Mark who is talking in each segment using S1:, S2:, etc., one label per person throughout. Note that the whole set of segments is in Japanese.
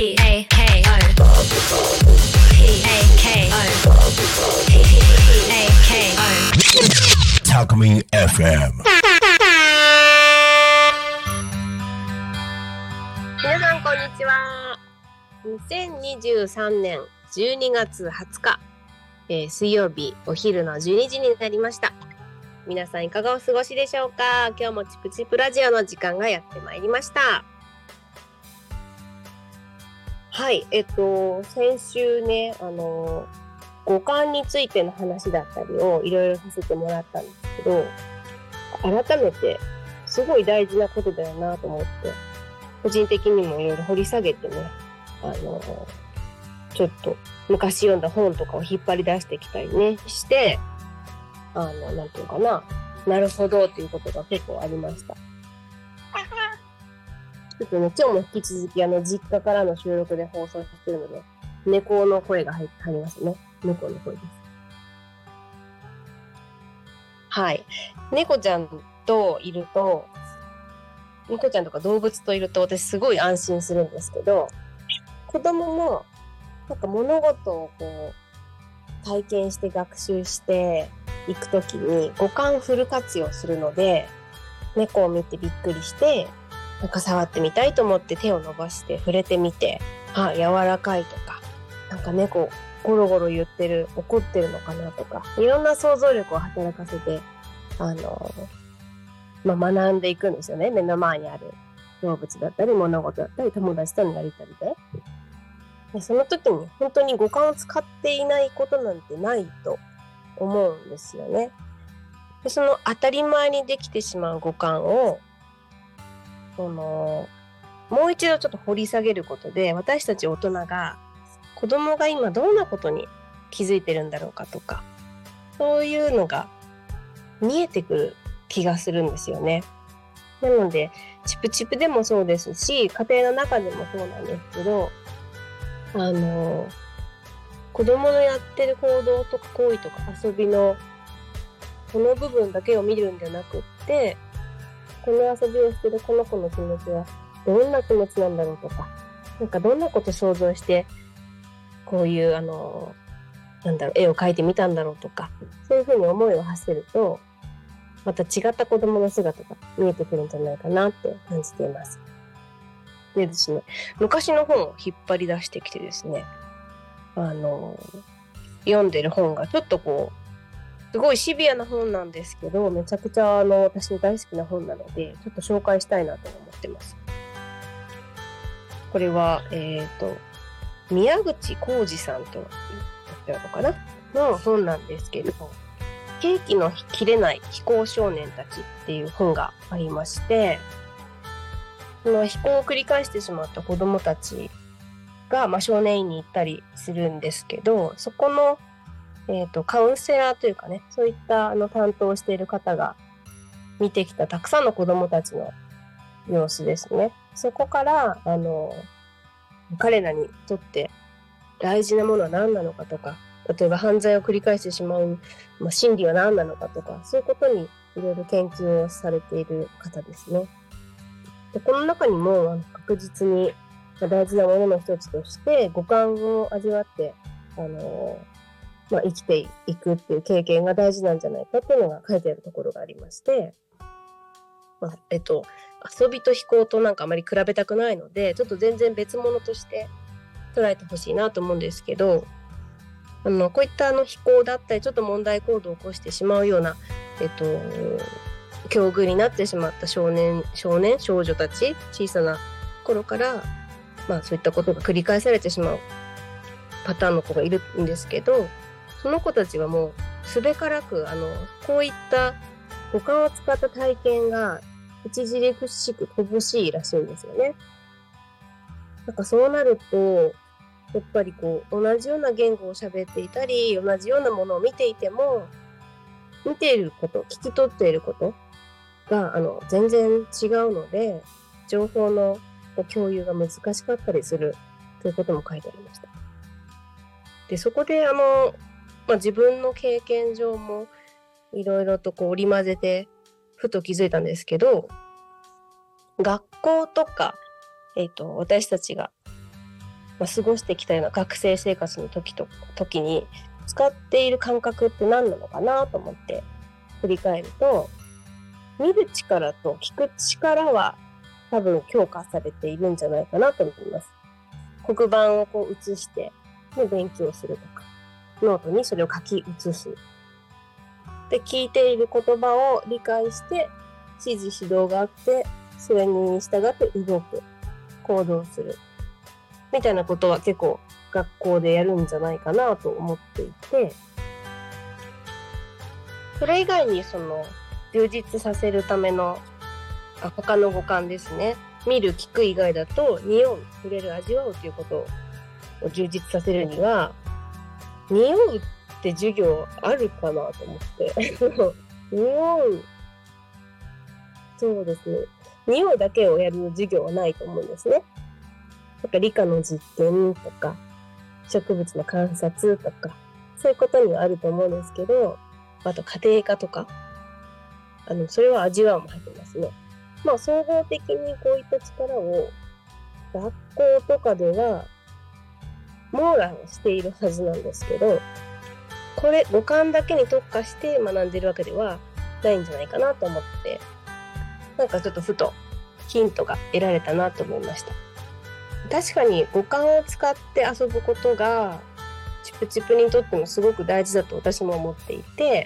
S1: タコミ FM。
S2: 皆さんこんにちは。2023年12月20日、水曜日お昼の12時になりました。皆さんいかがお過ごしでしょうか。今日もチプチプラジオの時間がやってまいりました。はい、先週ね、五感についての話だったりをいろいろさせてもらったんですけど、改めてすごい大事なことだよなと思って、個人的にもいろいろ掘り下げてね、ちょっと昔読んだ本とかを引っ張り出してきたりねして、なんていうかな、なるほどっていうことが結構ありました。ちょっとね、今日も引き続き実家からの収録で放送してるので、猫の声が入りますね。猫の声です。はい。猫ちゃんといると、猫ちゃんとか動物といると私すごい安心するんですけど、子供もなんか物事をこう体験して学習していくときに五感フル活用するので、猫を見てびっくりして、なんか触ってみたいと思って手を伸ばして触れてみて、柔らかいとか、なんか猫ゴロゴロ言ってる、怒ってるのかなとか、いろんな想像力を働かせて、学んでいくんですよね。目の前にある動物だったり物事だったり友達とのやりとりで。その時に本当に五感を使っていないことなんてないと思うんですよね。でその当たり前にできてしまう五感をもう一度ちょっと掘り下げることで、私たち大人が子供が今どんなことに気づいてるんだろうかとか、そういうのが見えてくる気がするんですよね。なのでチプチプでもそうですし、家庭の中でもそうなんですけど、子供のやってる行動とか行為とか遊びのこの部分だけを見るんじゃなくって、この遊びをしてるこの子の気持ちはどんな気持ちなんだろうとか、なんかどんなこと想像してこういう絵を描いてみたんだろうとか、そういうふうに思いを馳せると、また違った子供の姿が見えてくるんじゃないかなって感じています。でですね、昔の本を引っ張り出してきてですね、読んでる本がちょっとすごいシビアな本なんですけど、めちゃくちゃ私の大好きな本なので、ちょっと紹介したいなと思ってます。これは、宮口浩二さんと言ったのかなの本なんですけど、ケーキの切れない非行少年たちっていう本がありまして、その非行を繰り返してしまった子供たちが、少年院に行ったりするんですけど、そこのカウンセラーというかね、そういった担当している方が見てきたたくさんの子どもたちの様子ですね。そこから彼らにとって大事なものは何なのかとか、例えば犯罪を繰り返してしまう、心理は何なのかとか、そういうことにいろいろ研究をされている方ですね。でこの中にも確実に大事なものの一つとして五感を味わって生きていくっていう経験が大事なんじゃないかっていうのが書いてあるところがありまして、遊びと非行となんかあまり比べたくないので、ちょっと全然別物として捉えてほしいなと思うんですけど、こういった非行だったりちょっと問題行動を起こしてしまうような、境遇になってしまった少年少女たち、小さな頃から、そういったことが繰り返されてしまうパターンの子がいるんですけど、その子たちはもうすべからくこういった五感を使った体験が著しく乏しいらしいんですよね。なんかそうなるとやっぱり同じような言語を喋っていたり、同じようなものを見ていても、見ていること、聞き取っていることが全然違うので、情報の共有が難しかったりするということも書いてありました。でそこで自分の経験上もいろいろと織り交ぜてふと気づいたんですけど、学校とか、私たちが過ごしてきたような学生生活の時に使っている感覚って何なのかなと思って振り返ると、見る力と聞く力は多分強化されているんじゃないかなと思います。黒板をこう写してで勉強するとか、ノートにそれを書き写す。で、聞いている言葉を理解して指示指導があって、それに従って動く、行動するみたいなことは結構学校でやるんじゃないかなと思っていて、それ以外にその充実させるための他の五感ですね。見る、聞く以外だと、匂う、触れる、味わうということを充実させるには、匂うって授業あるかなと思って。匂う。そうですね。匂うだけをやる授業はないと思うんですね。なんか理科の実験とか、植物の観察とか、そういうことにはあると思うんですけど、あと家庭科とか、それは味わうも入ってますね。まあ、総合的にこういった力を学校とかでは網羅をしているはずなんですけど、これ五感だけに特化して学んでるわけではないんじゃないかなと思って、なんかちょっとふとヒントが得られたなと思いました。確かに五感を使って遊ぶことがチュプチュプにとってもすごく大事だと私も思っていて、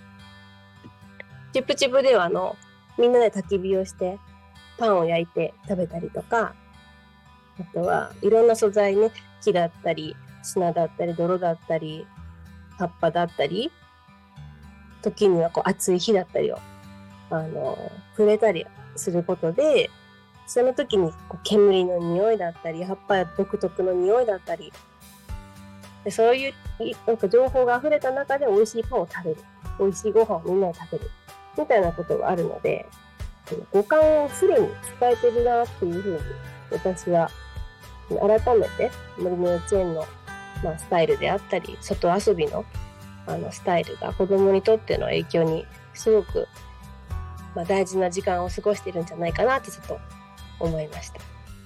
S2: チュプチュプではみんなで焚き火をしてパンを焼いて食べたりとか、あとはいろんな素材ね、木だったり砂だったり泥だったり葉っぱだったり、時にはこう熱い火だったりを触れたりすることで、その時にこう煙の匂いだったり葉っぱ独特の匂いだったりで、そういうなんか情報が溢れた中で美味しいパンを食べる、美味しいご飯をみんなで食べるみたいなことがあるので、五感をすでに使えてるなっていうふうに私は改めて森の幼稚園の、スタイルであったり外遊びのスタイルが子供にとっての影響にすごく、大事な時間を過ごしているんじゃないかなってちょっと思いました。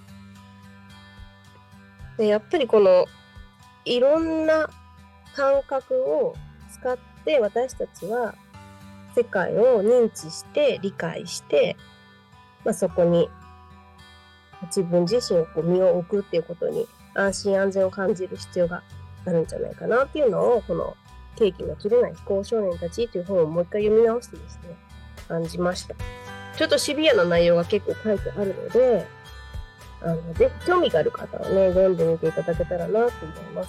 S2: で、やっぱりこのいろんな感覚を使って私たちは世界を認知して理解して、そこに自分自身を身を置くっていうことに安心安全を感じる必要があるんじゃないかなっていうのを、このケーキの切れない非行少年たちという本をもう一回読み直してですね、感じました。ちょっとシビアな内容が結構書いてあるので、ぜひ興味がある方はね、読んでみていただけたらなと思います。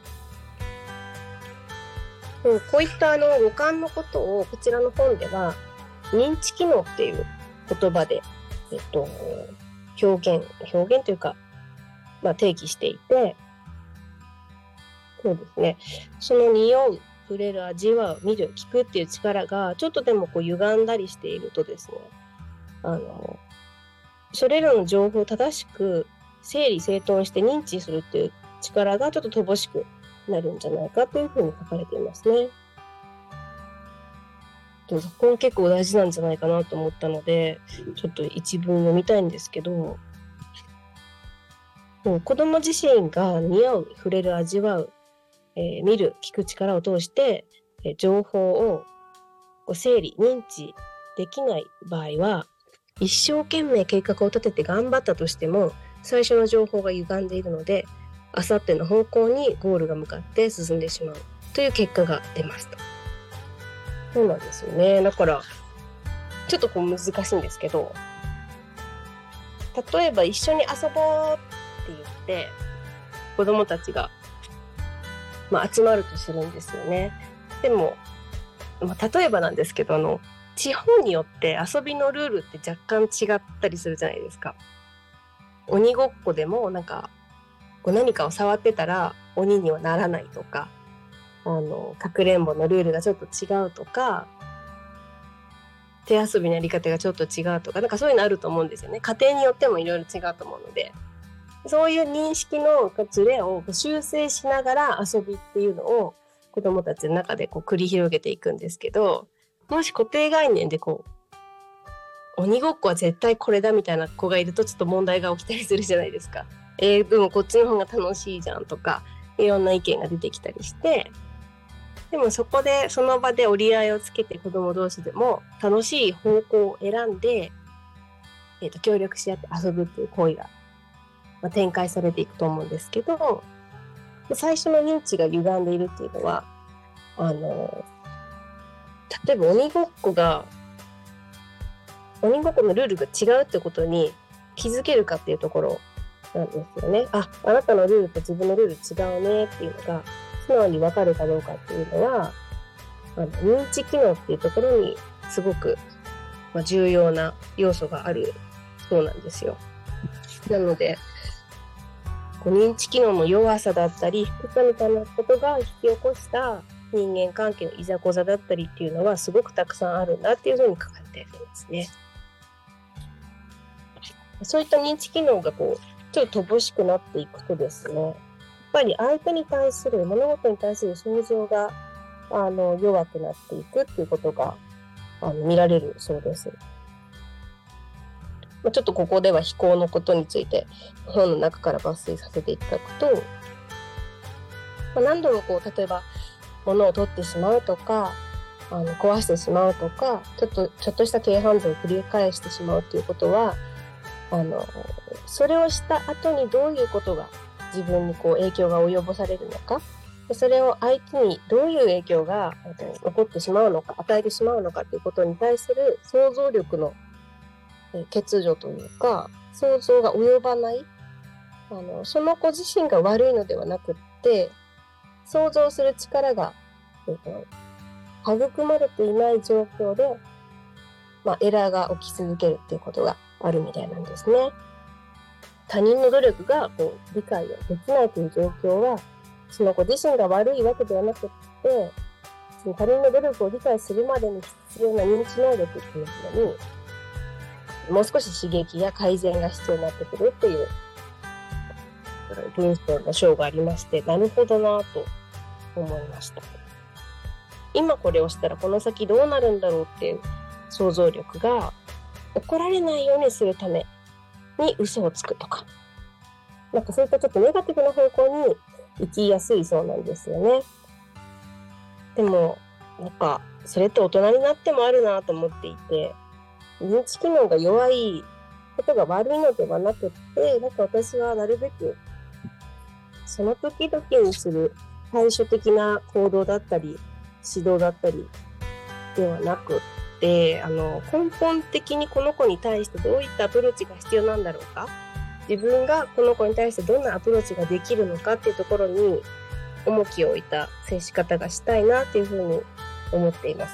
S2: こういった五感のことをこちらの本では認知機能っていう言葉で、表現というか、定義していて、そうですね、その匂う、触れる、味わう、見る、聞くっていう力がちょっとでもこう歪んだりしているとですね、それらの情報を正しく整理整頓して認知するっていう力がちょっと乏しくなるんじゃないかというふうに書かれていますね。そこは結構大事なんじゃないかなと思ったので、ちょっと一文読みたいんですけど、もう子供自身が匂う、触れる、味わう、見る、聞く力を通して、情報を整理、認知できない場合は、一生懸命計画を立てて頑張ったとしても、最初の情報が歪んでいるので、あさっての方向にゴールが向かって進んでしまうという結果が出ました。そうなんですよね。だからちょっと難しいんですけど、例えば一緒に遊ぼうって言って子供たちが、集まるとするんですよね。でも、例えばなんですけど、地方によって遊びのルールって若干違ったりするじゃないですか。鬼ごっこでもなんか何かを触ってたら鬼にはならないとか、かくれんぼのルールがちょっと違うとか、手遊びのやり方がちょっと違うとか、なんかそういうのあると思うんですよね。家庭によってもいろいろ違うと思うので、そういう認識のズレを修正しながら遊びっていうのを子どもたちの中で繰り広げていくんですけど、もし固定概念で鬼ごっこは絶対これだみたいな子がいるとちょっと問題が起きたりするじゃないですか。 でもこっちの方が楽しいじゃんとか、いろんな意見が出てきたりして、でもそこでその場で折り合いをつけて子供同士でも楽しい方向を選んで、協力し合って遊ぶっていう行為が、展開されていくと思うんですけど、最初の認知が歪んでいるっていうのは、例えば鬼ごっこのルールが違うってことに気づけるかっていうところなんですよね。あなたのルールと自分のルール違うねっていうのが素直に分かるかどうかっていうのは、認知機能っていうところにすごく、重要な要素があるそうなんですよ。なので、認知機能の弱さだったり、低さみたいなことが引き起こした人間関係のいざこざだったりっていうのはすごくたくさんあるんだっていうふうに書かれているんですね。そういった認知機能がちょっと乏しくなっていくとですね、やっぱり相手に対する、物事に対する想像が弱くなっていくっていうことが見られるそうです。ちょっとここでは非行のことについて本の中から抜粋させていただくと、何度も例えば物を取ってしまうとか、壊してしまうとか、ちょっとした軽犯罪を繰り返してしまうということは、それをした後にどういうことが自分に影響が及ぼされるのか、それを相手にどういう影響が起こってしまうのか、与えてしまうのかということに対する想像力の欠如というか、想像が及ばない、その子自身が悪いのではなくって、想像する力が、育まれていない状況で、エラーが起き続けるっていうことがあるみたいなんですね。他人の努力が理解をできないという状況は、その子自身が悪いわけではなくって、その他人の努力を理解するまでに必要な認知能力っていうのに、もう少し刺激や改善が必要になってくるっていう文章の章がありまして、なるほどなと思いました。今これをしたらこの先どうなるんだろうっていう想像力が怒られないようにするために嘘をつくとか、そういったちょっとネガティブな方向に生きやすいそうなんですよね。でもそれって大人になってもあるなと思っていて、認知機能が弱いことが悪いのではなくって、私はなるべくその時々にする対処的な行動だったり指導だったりではなくって、根本的にこの子に対してどういったアプローチが必要なんだろうか、自分がこの子に対してどんなアプローチができるのかっていうところに重きを置いた接し方がしたいなっていうふうに思っています。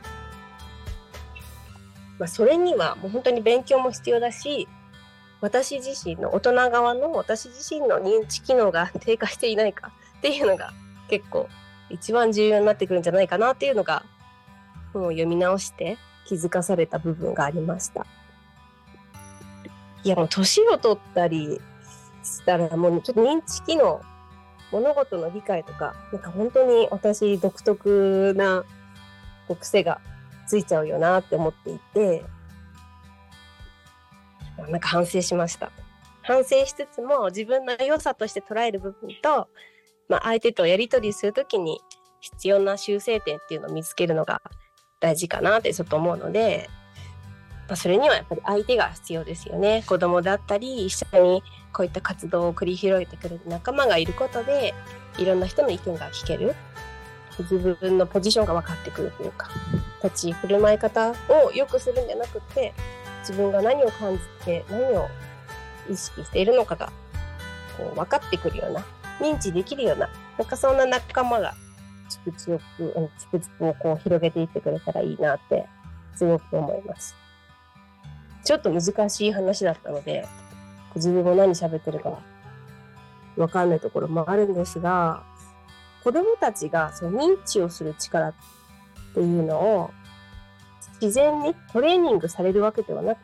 S2: それにはもう本当に勉強も必要だし、私自身の大人側の私自身の認知機能が低下していないかっていうのが結構一番重要になってくるんじゃないかなっていうのが、本を読み直して気づかされた部分がありました。いや、もう年を取ったりしたらもうちょっと認知機能、物事の理解とか、本当に私独特な癖がついちゃうよなって思っていて、反省しました。反省しつつも自分の良さとして捉える部分と、相手とやり取りするときに必要な修正点っていうのを見つけるのが大事かなってちょっと思うので、それにはやっぱり相手が必要ですよね。子供だったり一緒にこういった活動を繰り広げてくれる仲間がいることで、いろんな人の意見が聞ける、自分のポジションが分かってくるというか、立ち振る舞い方を良くするんじゃなくて、自分が何を感じて何を意識しているのかが分かってくるような、認知できるような、そんな仲間がつくつくを広げていってくれたらいいなってすごく思います。ちょっと難しい話だったので、自分も何喋ってるか分かんないところもあるんですが、子供たちがその認知をする力っていうのを自然にトレーニングされるわけではなくって、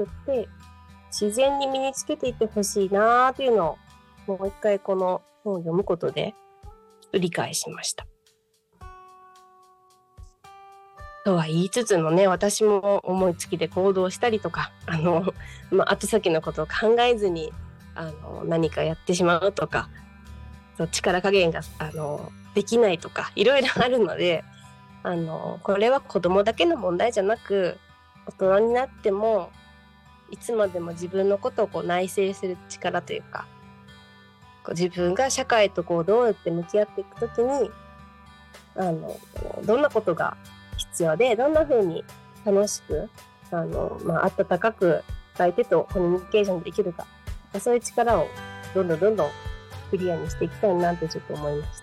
S2: 自然に身につけていってほしいなというのを、もう一回この本を読むことで理解しました。とは言いつつもね、私も思いつきで行動したりとか、後先のことを考えずに何かやってしまうとか、力加減ができないとかいろいろあるので、これは子供だけの問題じゃなく、大人になってもいつまでも自分のことを内省する力というか、自分が社会とどうやって向き合っていくときにどんなことが必要で、どんな風に楽しく温かく相手とコミュニケーションできるか、そういう力をどんどんクリアにしていきたいなってちょっと思いました。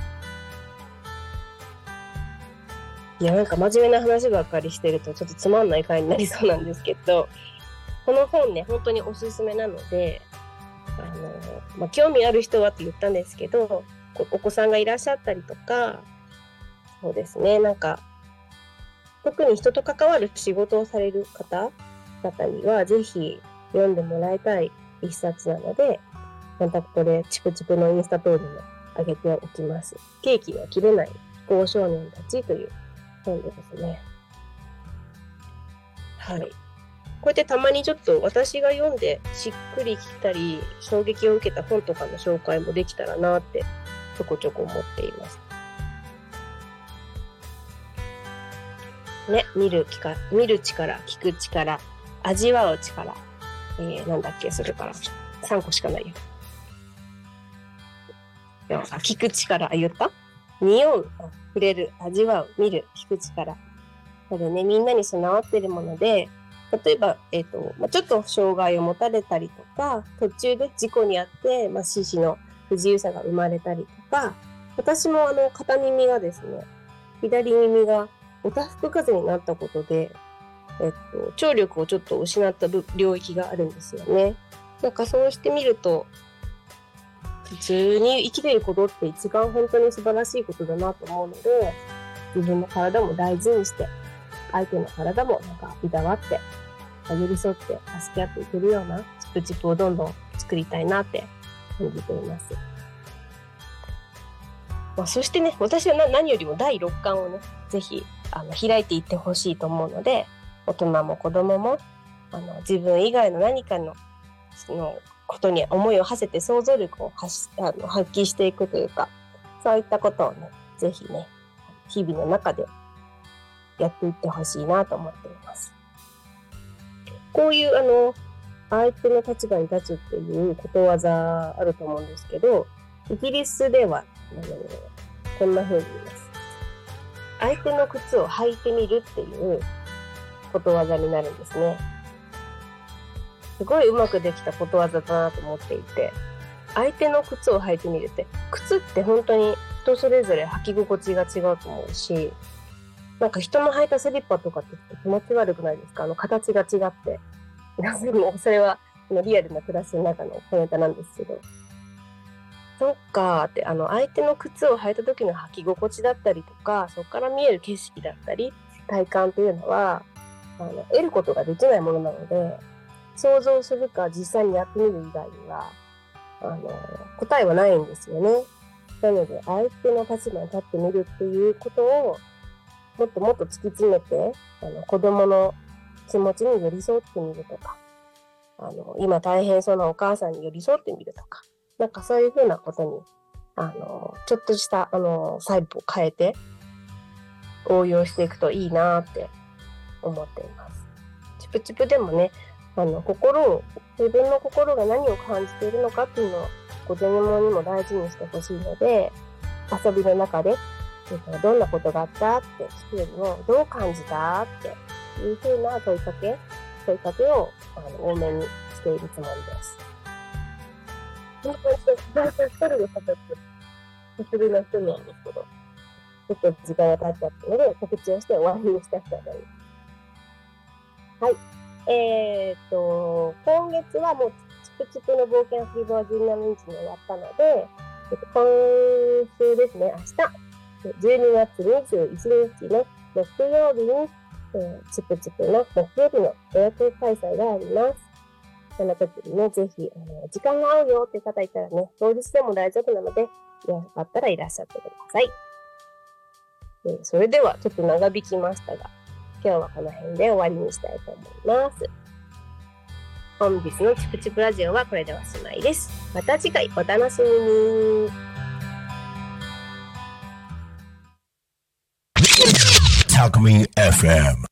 S2: いや、なんか真面目な話ばっかりしてるとちょっとつまんない回になりそうなんですけど、この本ね、本当におすすめなので、興味ある人はって言ったんですけど、お子さんがいらっしゃったりとか、そうですね、なんか特に人と関わる仕事をされる方々にはぜひ読んでもらいたい一冊なので、またこれチプチプのインスタ等にも上げておきます。ケーキが切れない非行少年たちという本ですね。はい。こうやってたまにちょっと私が読んでしっくりきたり衝撃を受けた本とかの紹介もできたらなってちょこちょこ思っています。ね、見る力、聞く力、味わう力、なんだっけ、それから3個しかないよ。聞く力、言った？匂う、触れる、味わう、見る、聞く力。これね、みんなに備わっているもので、例えば、ちょっと障害を持たれたりとか、途中で事故に遭って、四肢の不自由さが生まれたりとか、私も片耳がですね、左耳がおたふく風邪になったことで、聴力をちょっと失った領域があるんですよね。なんかそうしてみると、普通に生きていることって一番本当に素晴らしいことだなと思うので、自分の体も大事にして、相手の体もなんかいたわって、寄り添って助け合っていけるようなチプチプをどんどん作りたいなって感じています。そしてね、私は何よりも第6巻をね、ぜひ開いていってほしいと思うので、大人も子供も自分以外の何かのそのことに思いを馳せて想像力を発揮していくというか、そういったことをね、ぜひね、日々の中でやっていってほしいなと思っています。こういう相手の立場に立つっていうことわざあると思うんですけど、イギリスではこんな風に言います。相手の靴を履いてみるっていうことわざになるんですね。すごいうまくできたことわざだなと思っていて、相手の靴を履いてみるって、靴って本当に人それぞれ履き心地が違うと思うし、なんか人の履いたスリッパとかって気持ち悪くないですか？形が違って。それはリアルな暮らしの中の小ネタなんですけど。そっかーって、相手の靴を履いた時の履き心地だったりとか、そこから見える景色だったり、体感というのは、得ることができないものなので、想像するか実際にやってみる以外には、答えはないんですよね。なので、相手の立場に立ってみるっていうことを、もっともっと突き詰めて、子供の気持ちに寄り添ってみるとか、今大変そうなお母さんに寄り添ってみるとか、なんかそういうふうなことに、ちょっとした細部を変えて応用していくといいなって思っています。チプチプでもね、自分の心が何を感じているのかっていうのを子供にも大事にしてほしいので、遊びの中でどんなことがあったって聞くよりも、どう感じたっていうふうな問いかけを多めにしているつもりです。本当に一人で語って一人の人なんですけど、ちょっと時間が経っちゃったので、告知をして終わりにしたいと思います。はい。今月はもうチプチプの冒険フリボは17日に終わったので、今週ですね、明日、12月21日の木曜日に、チプチプの木曜日の予約開催があります。その時にね、ぜひ、時間が合うよって方いたらね、当日でも大丈夫なので、よかったらいらっしゃってください。それでは、ちょっと長引きましたが、今日はこの辺で終わりにしたいと思います。 本日のチプチプラジオはこれでおしまいです。また次回お楽しみに。
S1: Talk Me FM